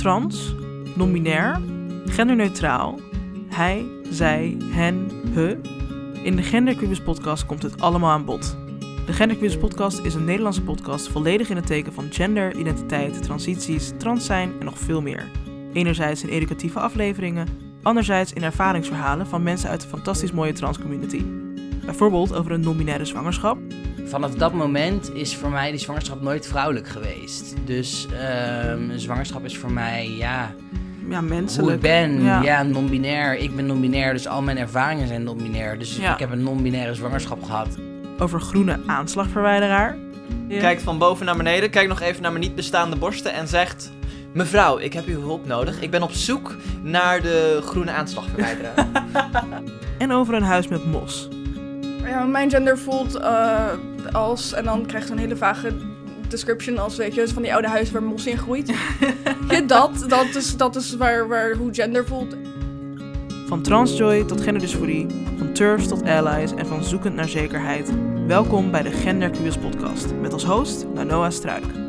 trans, non-binair, genderneutraal, hij, zij, hen, he. In de Genderquibus podcast komt het allemaal aan bod. De Genderquibus podcast is een Nederlandse podcast volledig in het teken van gender, identiteit, transities, trans zijn en nog veel meer. Enerzijds in educatieve afleveringen, anderzijds in ervaringsverhalen van mensen uit de fantastisch mooie transcommunity. Bijvoorbeeld over een non-binaire zwangerschap. Vanaf dat moment is voor mij die zwangerschap nooit vrouwelijk geweest. Dus een zwangerschap is voor mij, Ja, menselijk. hoe ik ben. Ja, non-binair. Ik ben non-binair, dus al mijn ervaringen zijn non-binair. Dus ik heb een non-binaire zwangerschap gehad. Over groene aanslagverwijderaar. Kijkt van boven naar beneden, kijkt nog even naar mijn niet bestaande borsten en zegt: mevrouw, ik heb uw hulp nodig. Ik ben op zoek naar de groene aanslagverwijderaar. En over een huis met mos. Ja, mijn gender voelt als... En dan krijg je zo'n hele vage description als, weet je, van die oude huizen waar mos in groeit. Ja, dat is waar hoe gender voelt. Van transjoy tot genderdysforie, van turfs tot allies en van zoekend naar zekerheid. Welkom bij de Genderquibus podcast met als host Noah Struik.